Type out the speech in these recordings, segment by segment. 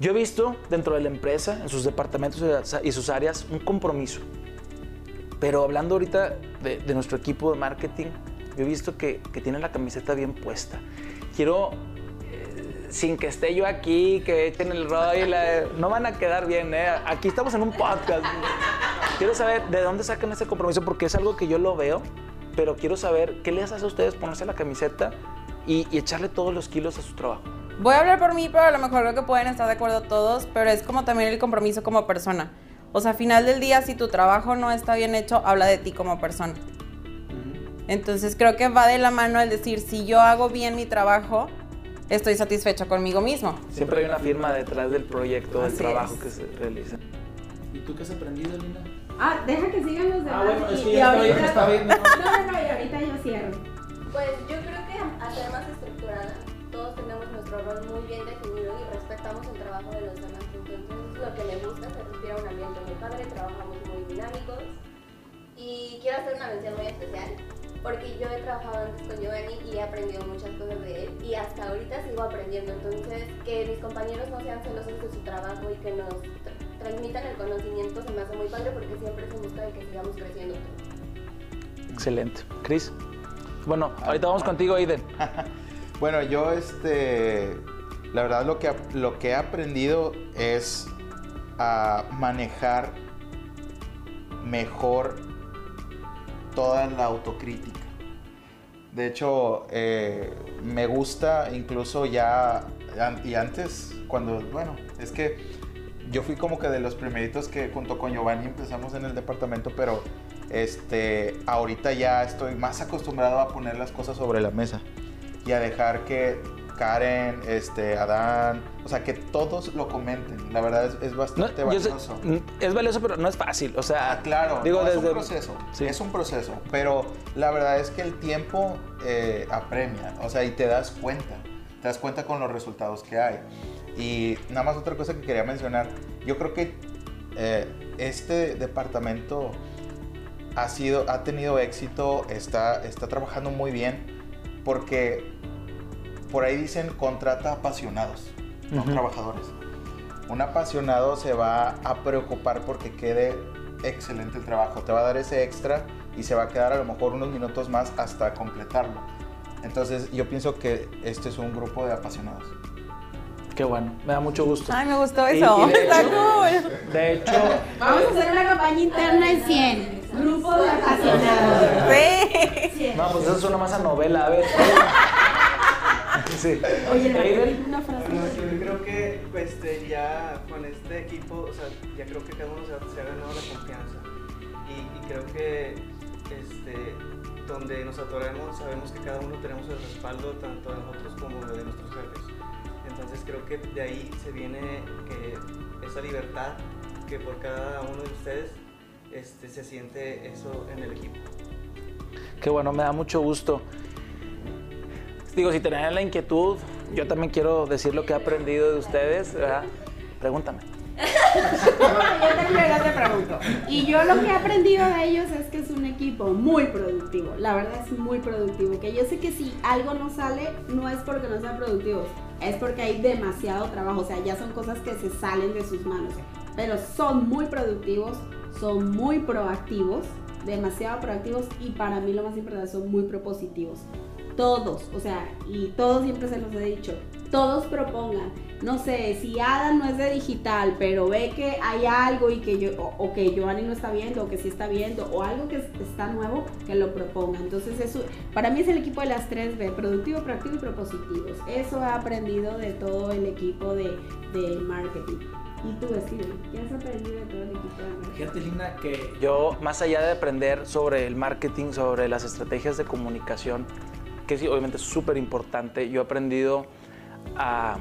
Yo he visto dentro de la empresa, en sus departamentos y sus áreas, un compromiso. Pero hablando ahorita de nuestro equipo de marketing, yo he visto que tienen la camiseta bien puesta. Quiero, sin que esté yo aquí, que echen el rollo, no van a quedar bien, ¿eh? Aquí estamos en un podcast. Quiero saber de dónde sacan ese compromiso, porque es algo que yo lo veo, pero quiero saber qué les hace a ustedes ponerse la camiseta y echarle todos los kilos a su trabajo. Voy a hablar por mí, pero a lo mejor creo que pueden estar de acuerdo todos, pero es como también el compromiso como persona. O sea, al final del día, si tu trabajo no está bien hecho, habla de ti como persona. Entonces creo que va de la mano el decir, si yo hago bien mi trabajo, estoy satisfecho conmigo mismo. Siempre hay una firma detrás del proyecto, del trabajo que se realiza. ¿Y tú qué has aprendido, Lina? Deja que sigan los demás. Bueno, es que ya me está viendo. No, y ahorita yo cierro. Pues yo creo que a ser más estructurada, todos tenemos nuestro rol muy bien definido y respetamos el trabajo de los demás. Entonces lo que me gusta, se respira un ambiente muy padre, trabajamos muy dinámicos. Y quiero hacer una mención muy especial, porque yo he trabajado antes con Giovanni y he aprendido muchas cosas de él y hasta ahorita sigo aprendiendo. Entonces, que mis compañeros no sean celosos de su trabajo y que nos transmitan el conocimiento se me hace muy padre, porque siempre se busca de que sigamos creciendo. Excelente. Cris. Bueno, ahorita vamos contigo, Aiden. Bueno, yo la verdad lo que he aprendido es a manejar mejor toda la autocrítica. De hecho, me gusta incluso ya, y antes, es que yo fui como que de los primeritos que junto con Giovanni empezamos en el departamento, pero ahorita ya estoy más acostumbrado a poner las cosas sobre la mesa y a dejar que Karen, Adán, o sea, que todos lo comenten. La verdad es bastante valioso. Es valioso, pero no es fácil, o sea... claro, digo, es un proceso, sí. Es un proceso, pero la verdad es que el tiempo apremia, o sea, y te das cuenta con los resultados que hay. Y nada más otra cosa que quería mencionar, yo creo que este departamento ha tenido éxito, está trabajando muy bien, porque por ahí dicen contrata apasionados, no trabajadores. Un apasionado se va a preocupar porque quede excelente el trabajo, te va a dar ese extra y se va a quedar a lo mejor unos minutos más hasta completarlo. Entonces yo pienso que este es un grupo de apasionados. Qué bueno, me da mucho gusto. Ay, me gustó eso. Está cool. De hecho... Vamos a hacer una campaña interna en 100. Grupo de apasionados. Sí. No, pues eso suena más a novela, a ver. Sí. Oye, Aiden, una frase. Bueno, yo creo que ya con este equipo, o sea, ya creo que cada uno se ha ganado la confianza. Y creo que donde nos atoremos, sabemos que cada uno tenemos el respaldo tanto de nosotros como de nuestros jefes. Entonces creo que de ahí se viene que esa libertad que por cada uno de ustedes se siente eso en el equipo. qué bueno, me da mucho gusto. Digo, si tenían la inquietud, yo también quiero decir lo que he aprendido de ustedes, ¿verdad? Pregúntame. Yo te pregunto. Y yo lo que he aprendido de ellos es que es un equipo muy productivo. La verdad es muy productivo. Que yo sé que si algo no sale, no es porque no sean productivos, es porque hay demasiado trabajo. O sea, ya son cosas que se salen de sus manos. Pero son muy productivos, son muy proactivos, demasiado proactivos, y para mí lo más importante, son muy propositivos. Todos, o sea, y todos siempre se los he dicho, todos propongan. No sé, si Adam no es de digital, pero ve que hay algo y que o que Giovanni no está viendo, o que sí está viendo, o algo que está nuevo, que lo proponga. Entonces eso, para mí es el equipo de las 3B, productivo, proactivo y propositivos. Eso he aprendido de todo el equipo de marketing. ¿Y tú, Steven? ¿Qué has aprendido de todo el equipo de marketing? Fíjate, Lina, que Yo, más allá de aprender sobre el marketing, sobre las estrategias de comunicación, que sí, obviamente es súper importante, yo he aprendido a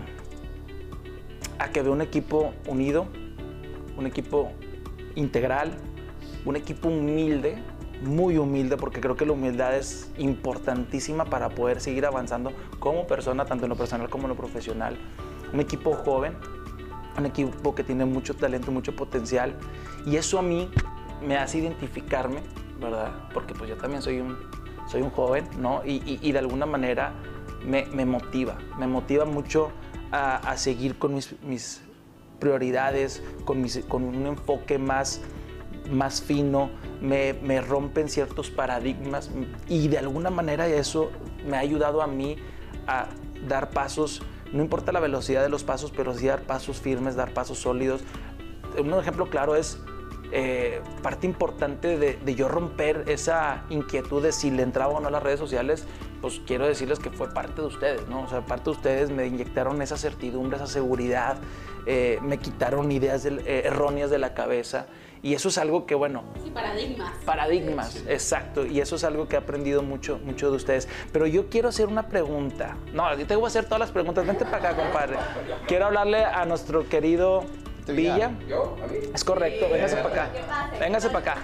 que veo un equipo unido, un equipo integral, un equipo humilde, muy humilde, porque creo que la humildad es importantísima para poder seguir avanzando como persona, tanto en lo personal como en lo profesional. Un equipo joven, un equipo que tiene mucho talento, mucho potencial, y eso a mí me hace identificarme, ¿verdad? Porque pues yo también soy un joven, ¿no? Y de alguna manera me motiva mucho a seguir con mis prioridades, con un enfoque más fino, me rompen ciertos paradigmas y de alguna manera eso me ha ayudado a mí a dar pasos, no importa la velocidad de los pasos, pero sí dar pasos firmes, dar pasos sólidos. Un ejemplo claro es parte importante de yo romper esa inquietud de si le entraba o no a las redes sociales, pues quiero decirles que fue parte de ustedes, ¿no? O sea, parte de ustedes me inyectaron esa certidumbre, esa seguridad, me quitaron ideas erróneas de la cabeza. Y eso es algo que, bueno... Sí, paradigmas. Paradigmas, exacto. Y eso es algo que he aprendido mucho de ustedes. Pero yo quiero hacer una pregunta. No, yo te voy a hacer todas las preguntas. Vente para acá, compadre. Quiero hablarle a nuestro querido Villa. ¿Yo? ¿A mí? Es correcto. Véngase para acá. Véngase para acá.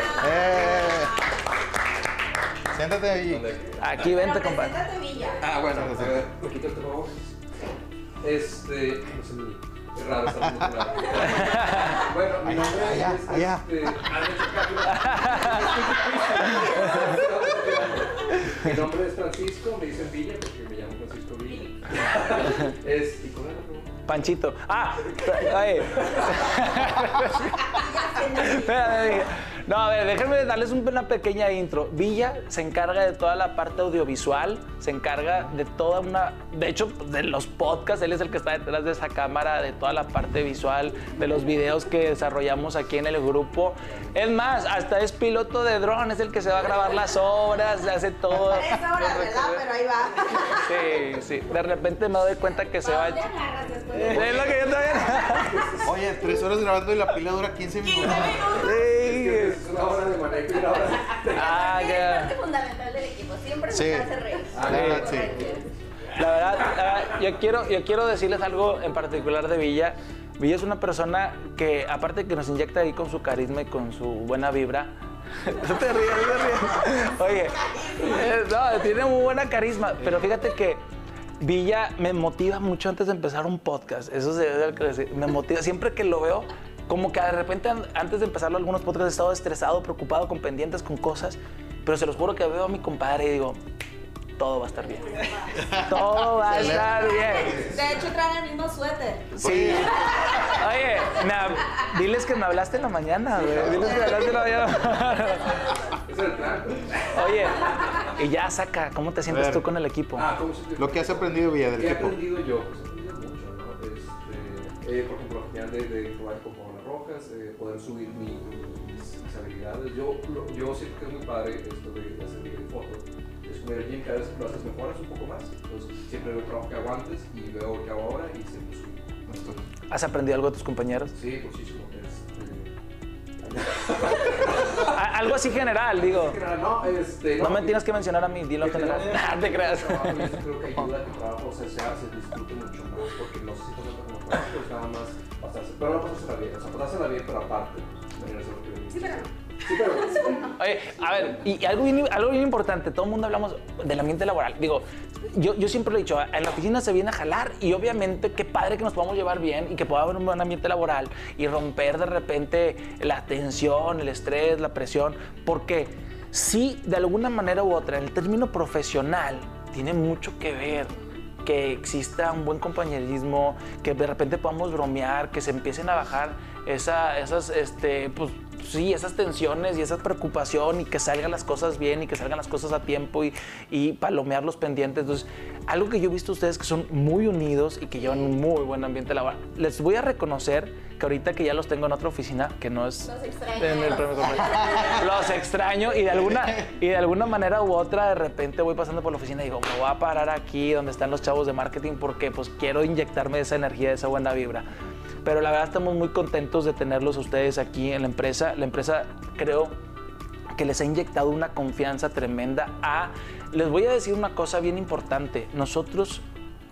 Siéntate Villa. Aquí, vente, compadre. Preséntate, Villa. Bueno, poquito el trabajo. No sé, es raro estar muy raro. Bueno, mi nombre allá. Mi nombre es Francisco, me dicen Villa porque me llamo Francisco Villa. ¿Y cuál era la pregunta? Panchito. Oye. Espérame. No, a ver, déjenme darles una pequeña intro. Villa se encarga de toda la parte audiovisual, se encarga de toda una... De hecho, de los podcasts, él es el que está detrás de esa cámara, de toda la parte visual, de los videos que desarrollamos aquí en el grupo. Es más, hasta es piloto de dron, es el que se va a grabar las obras, hace todo. 3 horas, ¿verdad? Pero ahí va. Sí. De repente me doy cuenta que se va... ¿Dónde agarras después? Es lo que yo también... Oye, 3 horas grabando y la pila dura 15 minutos. Sí. Es una hora de manejo y una hora de... Es parte fundamental del equipo, siempre nos hace reír. Sí. La verdad, yo quiero decirles algo en particular de Villa. Villa es una persona que, aparte de que nos inyecta ahí con su carisma y con su buena vibra, no te ríes. Oye, no, tiene muy buena carisma, pero fíjate que Villa me motiva mucho antes de empezar un podcast. Eso se debe decir, me motiva. Siempre que lo veo, como que de repente antes de empezarlo algunos podcasts he estado estresado, preocupado, con pendientes, con cosas, pero se los juro que veo a mi compadre y digo, todo va a estar bien. Todo va a estar bien. De hecho, traen el mismo suéter. Sí. Oye, diles que me hablaste en la mañana, güey. Diles que me hablaste en la mañana. Ese es el plan. Oye, y ya saca, ¿cómo te sientes tú con el equipo? ¿Cómo se Lo que has aprendido, Villa, del ¿Qué he equipo. aprendido yo? Pues he aprendido mucho, ¿no? Por ejemplo, al final de jugar con Juan Rojas, poder subir mis habilidades. Yo siento que es muy padre esto de hacer video y foto. Es como el gym, cada vez que lo haces mejoras un poco más. Entonces siempre veo el trabajo que hago antes y veo lo que hago ahora y siempre subo. ¿Has aprendido algo de tus compañeros? Sí, muchísimo. Algo así general, digo. No, No me tienes que mencionar a mí, dilo en general. No te creas. No, yo creo que ayuda a que el trabajo se disfrute mucho más, porque no sé si tanto como trabajo, pues nada más pasarse, pero no pasársela bien, o sea, pasársela bien, pero aparte, venir a hacer lo que venimos. Sí, pero Oye, a ver, y algo bien importante, todo el mundo hablamos del ambiente laboral. Digo, yo siempre lo he dicho, en la oficina se viene a jalar y obviamente qué padre que nos podamos llevar bien y que pueda haber un buen ambiente laboral y romper de repente la tensión, el estrés, la presión, porque sí, de alguna manera u otra, en el término profesional, tiene mucho que ver que exista un buen compañerismo, que de repente podamos bromear, que se empiecen a bajar esas tensiones y esa preocupación y que salgan las cosas bien y que salgan las cosas a tiempo y palomear los pendientes. Entonces, algo que yo he visto ustedes que son muy unidos y que llevan un muy buen ambiente laboral. Les voy a reconocer que ahorita que ya los tengo en otra oficina, que no es Los extraño. en el premio comercial, los extraño y de alguna manera u otra de repente voy pasando por la oficina y digo, me voy a parar aquí donde están los chavos de marketing porque pues quiero inyectarme esa energía, esa buena vibra. Pero la verdad estamos muy contentos de tenerlos ustedes aquí en la empresa. La empresa creo que les ha inyectado una confianza tremenda. Les voy a decir una cosa bien importante. Nosotros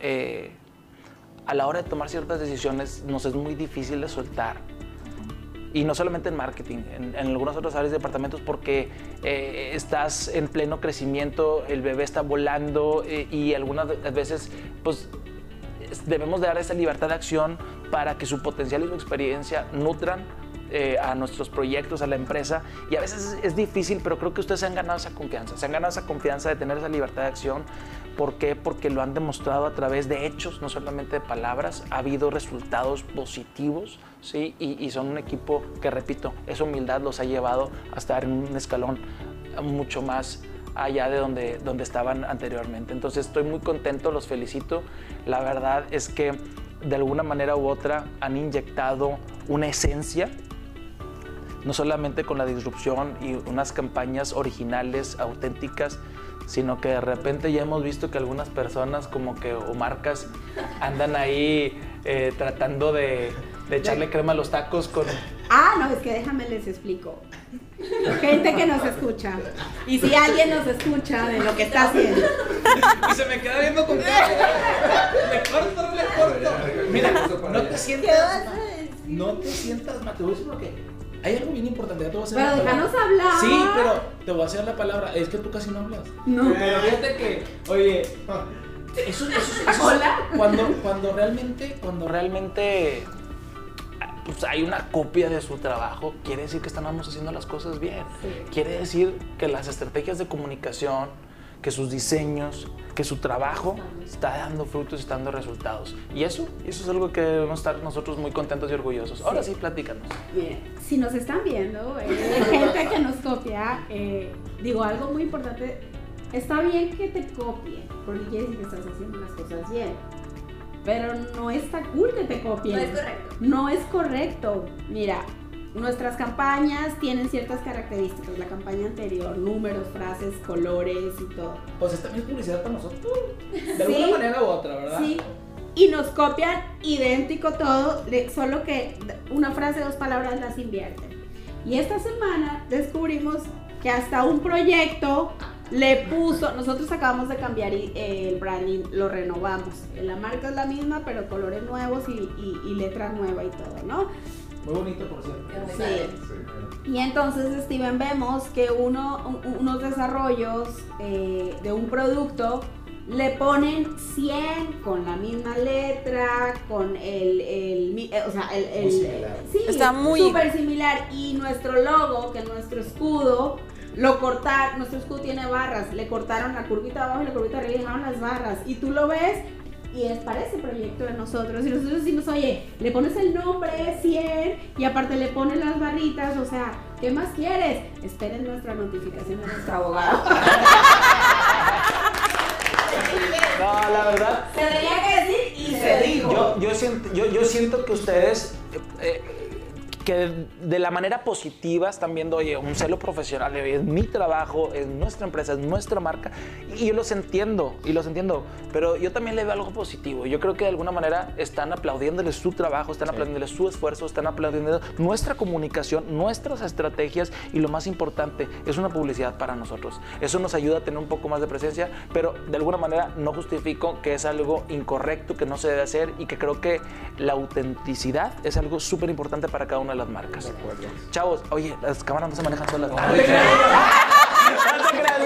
a la hora de tomar ciertas decisiones nos es muy difícil de soltar. Y no solamente en marketing, en algunas otras áreas de departamentos porque estás en pleno crecimiento, el bebé está volando y algunas veces pues debemos de dar esa libertad de acción para que su potencial y su experiencia nutran a nuestros proyectos, a la empresa. Y a veces es difícil, pero creo que ustedes se han ganado esa confianza. Se han ganado esa confianza de tener esa libertad de acción ¿Por qué? Porque lo han demostrado a través de hechos, no solamente de palabras. Ha habido resultados positivos, ¿sí? Y son un equipo que, repito, esa humildad los ha llevado a estar en un escalón mucho más allá de donde estaban anteriormente. Entonces estoy muy contento, los felicito. La verdad es que de alguna manera u otra han inyectado una esencia, no solamente con la disrupción y unas campañas originales, auténticas, sino que de repente ya hemos visto que algunas personas como que o marcas andan ahí tratando de echarle crema a los tacos con... Ah, no, es que déjame les explico. Gente que nos escucha. Y si alguien nos escucha de lo que está haciendo. Y se me queda viendo con cara. Le corto. Mira, no te sientas mal. Te voy a decir por qué. Hay algo bien importante, ya te voy a hacer Pero la palabra. déjanos hablar. Sí, pero te voy a hacer la palabra. Es que tú casi no hablas. No. Pero fíjate que, oye, eso Hola. Cuando realmente pues hay una copia de su trabajo, quiere decir que estamos haciendo las cosas bien. Sí. Quiere decir que las estrategias de comunicación, que sus diseños, que su trabajo está dando frutos, está dando resultados. Y eso es algo que debemos estar nosotros muy contentos y orgullosos. Ahora sí, platícanos. Miren, si nos están viendo, gente que nos copia, digo algo muy importante, está bien que te copien, porque quiere decir que estás haciendo las cosas bien. Pero no está cool que te copien. No es correcto. No es correcto. Mira, nuestras campañas tienen ciertas características. La campaña anterior, números, frases, colores y todo. Pues esta también es publicidad para nosotros. De alguna manera u otra, ¿verdad? Sí. Y nos copian idéntico todo, solo que una frase, 2 palabras las invierten. Y esta semana descubrimos que hasta un proyecto le puso, nosotros acabamos de cambiar el branding, lo renovamos. La marca es la misma, pero colores nuevos y letra nueva y todo, ¿no? Muy bonito, por cierto. Sí. Y entonces, Steven, vemos que unos desarrollos de un producto le ponen 100 con la misma letra, con o sea, Muy similar. sí, Está muy súper similar. Y nuestro logo, que nuestro escudo, lo cortaron, nuestro escudo tiene barras, le cortaron la curvita abajo y la curvita arriba y dejaron las barras. Y tú lo ves y es para ese proyecto de nosotros. Y nosotros decimos, oye, le pones el nombre 100 y aparte le pones las barritas, o sea, ¿qué más quieres? Esperen nuestra notificación de nuestro abogado. No, la verdad, Se tenía que decir y se dijo. yo siento que ustedes que de la manera positiva están viendo, oye, un celo profesional, oye, es mi trabajo, es nuestra empresa, es nuestra marca, y yo los entiendo, pero yo también le veo algo positivo. Yo creo que de alguna manera están aplaudiéndoles su trabajo, están aplaudiéndoles su esfuerzo, están aplaudiendo nuestra comunicación, nuestras estrategias, y lo más importante, es una publicidad para nosotros. Eso nos ayuda a tener un poco más de presencia, pero de alguna manera no justifico que es algo incorrecto, que no se debe hacer, y que creo que la autenticidad es algo súper importante para cada una de las marcas. De acuerdo. Chavos, oye, las cámaras no se manejan solas. No te creas. No te creas,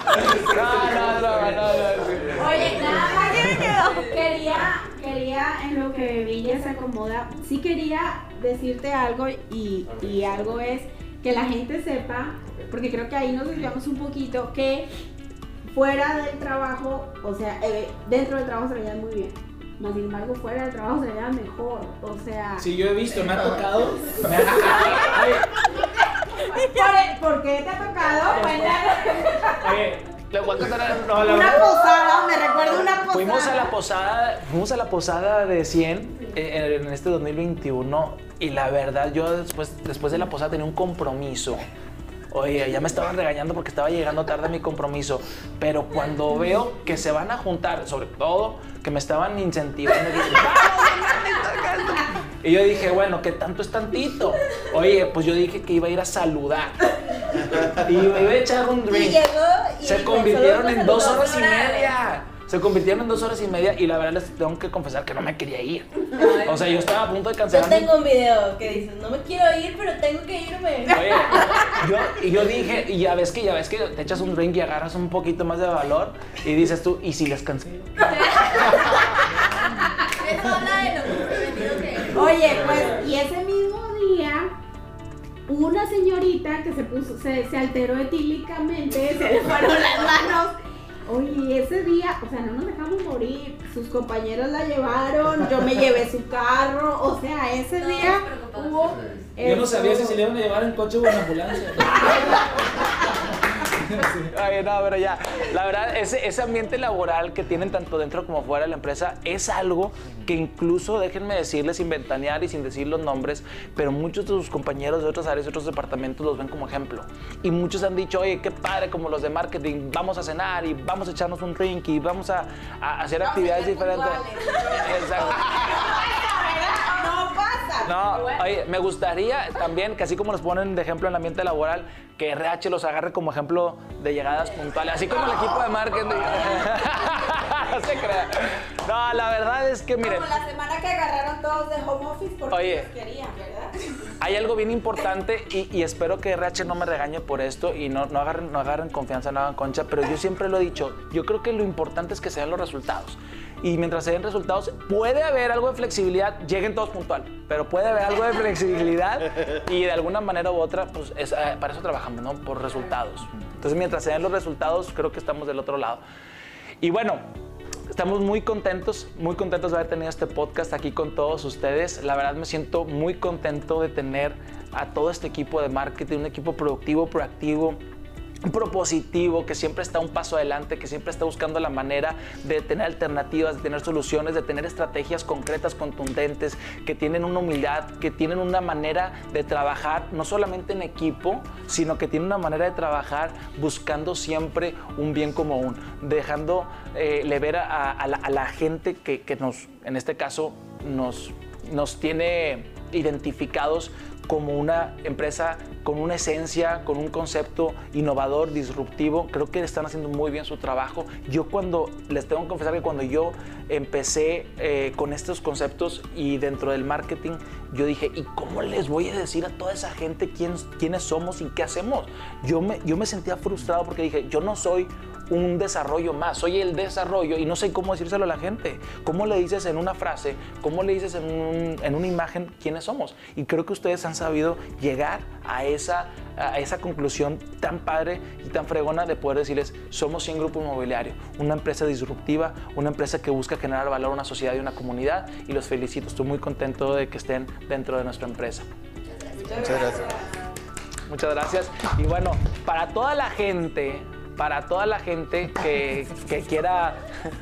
no. Oye, nada más quería en lo que Villa se acomoda, sí quería decirte algo y algo es que la gente sepa, porque creo que ahí nos desviamos un poquito, que fuera del trabajo, o sea, dentro del trabajo se veían muy bien. Más sin embargo, fuera del trabajo se veía mejor, o sea... Sí, yo he visto, me ha tocado. ¿Por qué te ha tocado? Cuéntanos. Oye, le voy a contar Una posada, me recuerdo una posada. Fuimos a la posada de 100 en este 2021, y la verdad, yo después de la posada tenía un compromiso. Oye, ya me estaban regañando porque estaba llegando tarde a mi compromiso, pero cuando veo que se van a juntar, sobre todo que me estaban incentivando, dije, ¡vamos! Y yo dije, bueno, ¿qué tanto es tantito? Oye, pues yo dije que iba a ir a saludar y me iba a echar un drink. Y llegó y se dijo, convirtieron "Solo en 2 saludó horas y por hora". media. Se convirtieron en 2 horas y media, y la verdad les tengo que confesar que no me quería ir. O sea, yo estaba a punto de Yo cancelar. tengo un video que dice, no me quiero ir, pero tengo que irme. Oye, yo dije, y ya ves que te echas un drink y agarras un poquito más de valor, y dices tú, ¿y si les cancelo? Eso habla de lo comprometido que eres. Oye, pues, y ese mismo día, una señorita que se alteró etílicamente, se le fueron las manos. Oye, ese día, o sea, no nos dejamos morir. Sus compañeros la llevaron, yo me llevé su carro. O sea, ese día hubo. Yo no sabía si se le iban a llevar en coche o en ambulancia. Ay, no, pero ya, la verdad, ese ambiente laboral que tienen tanto dentro como fuera de la empresa es algo que incluso, déjenme decirles, sin ventanear y sin decir los nombres, pero muchos de sus compañeros de otras áreas, de otros departamentos los ven como ejemplo. Y muchos han dicho, oye, qué padre, como los de marketing, vamos a cenar y vamos a echarnos un drink y vamos a hacer actividades diferentes. Exacto. No pasa. No, oye, me gustaría también que así como los ponen de ejemplo en el ambiente laboral, que RH los agarre como ejemplo de llegadas puntuales, así como el equipo de marketing. No se crea. No, la verdad es que miren. Como la semana que agarraron todos de home office porque Oye, los querían, ¿verdad? hay algo bien importante y espero que RH no me regañe por esto y no agarren confianza, no hagan concha, pero yo siempre lo he dicho, yo creo que lo importante es que se den los resultados. Y mientras se den resultados, puede haber algo de flexibilidad, lleguen todos puntual, pero puede haber algo de flexibilidad y de alguna manera u otra, pues para eso trabajamos, ¿no? Por resultados. Entonces, mientras se den los resultados, creo que estamos del otro lado. Y bueno, estamos muy contentos de haber tenido este podcast aquí con todos ustedes. La verdad me siento muy contento de tener a todo este equipo de marketing, un equipo productivo, proactivo, propositivo, que siempre está un paso adelante, que siempre está buscando la manera de tener alternativas, de tener soluciones, de tener estrategias concretas, contundentes, que tienen una humildad, que tienen una manera de trabajar, no solamente en equipo, sino que tienen una manera de trabajar buscando siempre un bien común, dejándole ver a la gente que nos, en este caso, nos tiene identificados como una empresa con una esencia, con un concepto innovador, disruptivo. Creo que están haciendo muy bien su trabajo. Yo les tengo que confesar que cuando yo empecé con estos conceptos y dentro del marketing, yo dije, ¿y cómo les voy a decir a toda esa gente quiénes somos y qué hacemos? Yo me sentía frustrado porque dije, yo no soy un desarrollo más, soy el desarrollo y no sé cómo decírselo a la gente. ¿Cómo le dices en una frase? ¿Cómo le dices en una imagen quiénes somos? Y creo que ustedes han sabido llegar a esa conclusión tan padre y tan fregona de poder decirles, somos 100 Grupo Inmobiliario, una empresa disruptiva, una empresa que busca generar valor a una sociedad y una comunidad, y los felicito, estoy muy contento de que estén dentro de nuestra empresa. Muchas gracias. Muchas gracias. Y bueno, para toda la gente que quiera...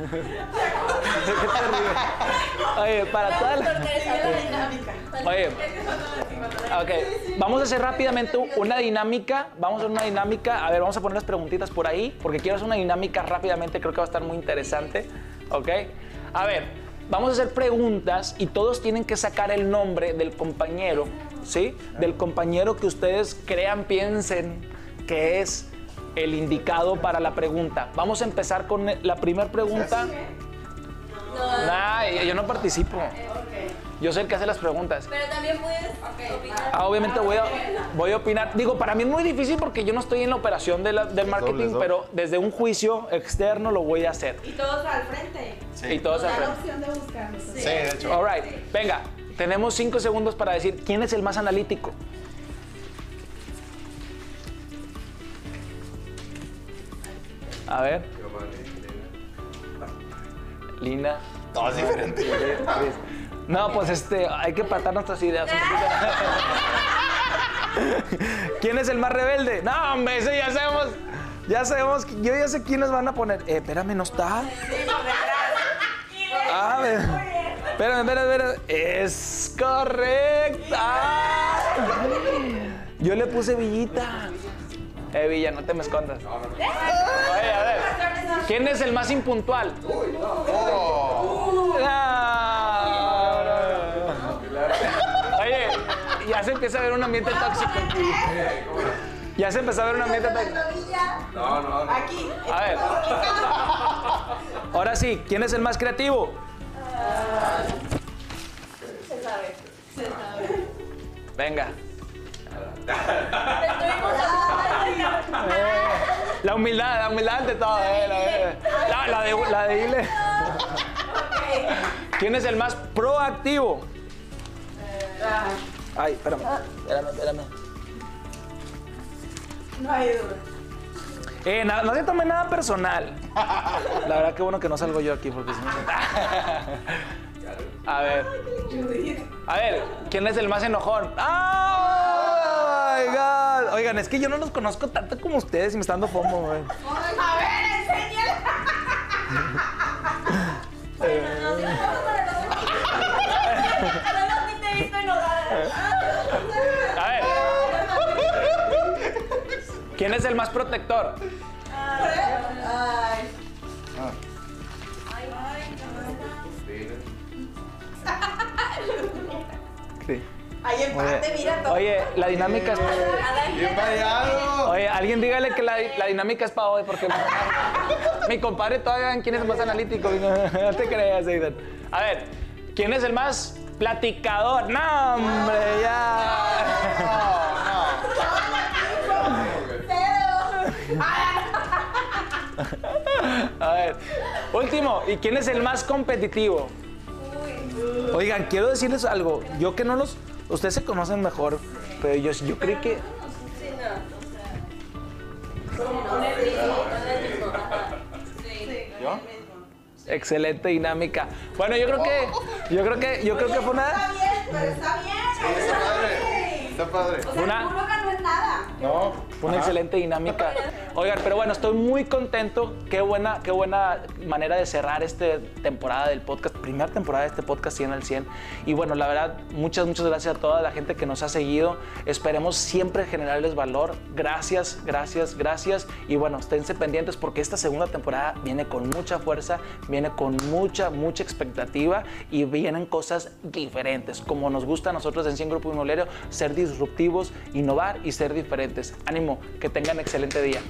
Oye, para toda la... Oye, ok, vamos a hacer rápidamente una dinámica. Vamos a hacer una dinámica. A ver, vamos a poner las preguntitas por ahí, porque quiero hacer una dinámica rápidamente. Creo que va a estar muy interesante. Ok, a ver, vamos a hacer preguntas y todos tienen que sacar el nombre del compañero, ¿sí? Del compañero que ustedes crean, piensen que es el indicado para la pregunta. Vamos a empezar con la primera pregunta. Nah, yo no participo. Yo soy el que hace las preguntas. Pero también puedes opinar. Obviamente voy a opinar. Digo, para mí es muy difícil porque yo no estoy en la operación del marketing, pero desde un juicio externo lo voy a hacer. Y todos al frente. Sí. Y todos al Da la frente. opción de buscarlos. Sí, de hecho. All right. Venga, tenemos 5 segundos para decir quién es el más analítico. A ver. Lina. No, es diferente. No, pues hay que patar nuestras ideas un poquito. ¿Quién es el más rebelde? No, hombre, ese ya sabemos, yo ya sé quiénes van a poner. Espérame, ¿no está? A ver. Espérame. Es correcta. Yo le puse Villita. Villa, no te me escondas. Oye, a ver. ¿Quién es el más impuntual? Oye, ya se empieza a ver un ambiente tóxico aquí. Ya se empezó a ver un ambiente tóxico. No. Aquí. A ver. Ahora sí, ¿quién es el más creativo? Se sabe. Venga. Estuvimos La humildad ante todo. La de Ile. ¿Quién es el más proactivo? Ay, espérame. No hay duda. No se tome nada personal. La verdad que bueno que no salgo yo aquí porque si no... A ver, ¿quién es el más enojón? ¡Oh, my God! Oigan, es que yo no los conozco tanto como ustedes y me está dando fomo, güey. A ver, enséñala. A ver, ¿quién es el más protector? Sí. Hay empate, mira todo. Oye, la dinámica es... ¡Bien variado! Oye, alguien dígale que la dinámica es para hoy, porque mi compadre todavía en quién es el más analítico. No te creas, Aidan. A ver, ¿quién es el más platicador? ¡No, hombre, ya! A ver, último, ¿y quién es el más competitivo? Oigan, quiero decirles algo. Yo que no los... Ustedes se conocen mejor, pero yo creí que... ¿Yo? Excelente dinámica. Bueno, yo creo que fue una... Está bien, pero está bien. Está padre. Está padre. O sea, Una- uno no es nada. No. Fue una excelente dinámica. Oigan, pero bueno, estoy muy contento. Qué buena manera de cerrar esta temporada del podcast. Primera temporada de este podcast 100 al 100. Y bueno, la verdad, muchas gracias a toda la gente que nos ha seguido. Esperemos siempre generarles valor. Gracias. Y bueno, esténse pendientes porque esta segunda temporada viene con mucha fuerza, viene con mucha expectativa y vienen cosas diferentes. Como nos gusta a nosotros en 100 Grupo Inmobiliario, ser disruptivos, innovar y ser diferentes. Ánimo, que tengan excelente día.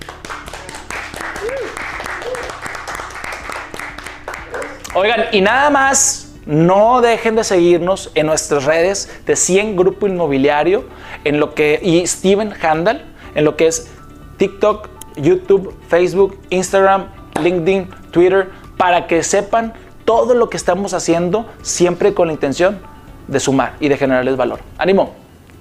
Oigan, y nada más, no dejen de seguirnos en nuestras redes de 100 Grupo Inmobiliario y Steven Handel, en lo que es TikTok, YouTube, Facebook, Instagram, LinkedIn, Twitter, para que sepan todo lo que estamos haciendo siempre con la intención de sumar y de generarles valor. ¡Ánimo!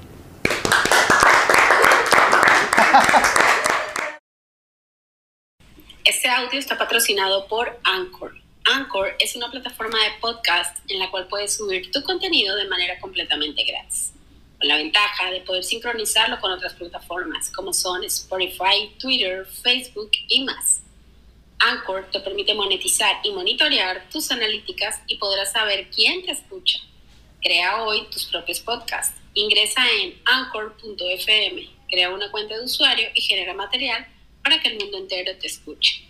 Este audio está patrocinado por Anchor. Anchor es una plataforma de podcast en la cual puedes subir tu contenido de manera completamente gratis, con la ventaja de poder sincronizarlo con otras plataformas como son Spotify, Twitter, Facebook y más. Anchor te permite monetizar y monitorear tus analíticas y podrás saber quién te escucha. Crea hoy tus propios podcasts. Ingresa en anchor.fm, crea una cuenta de usuario y genera material para que el mundo entero te escuche.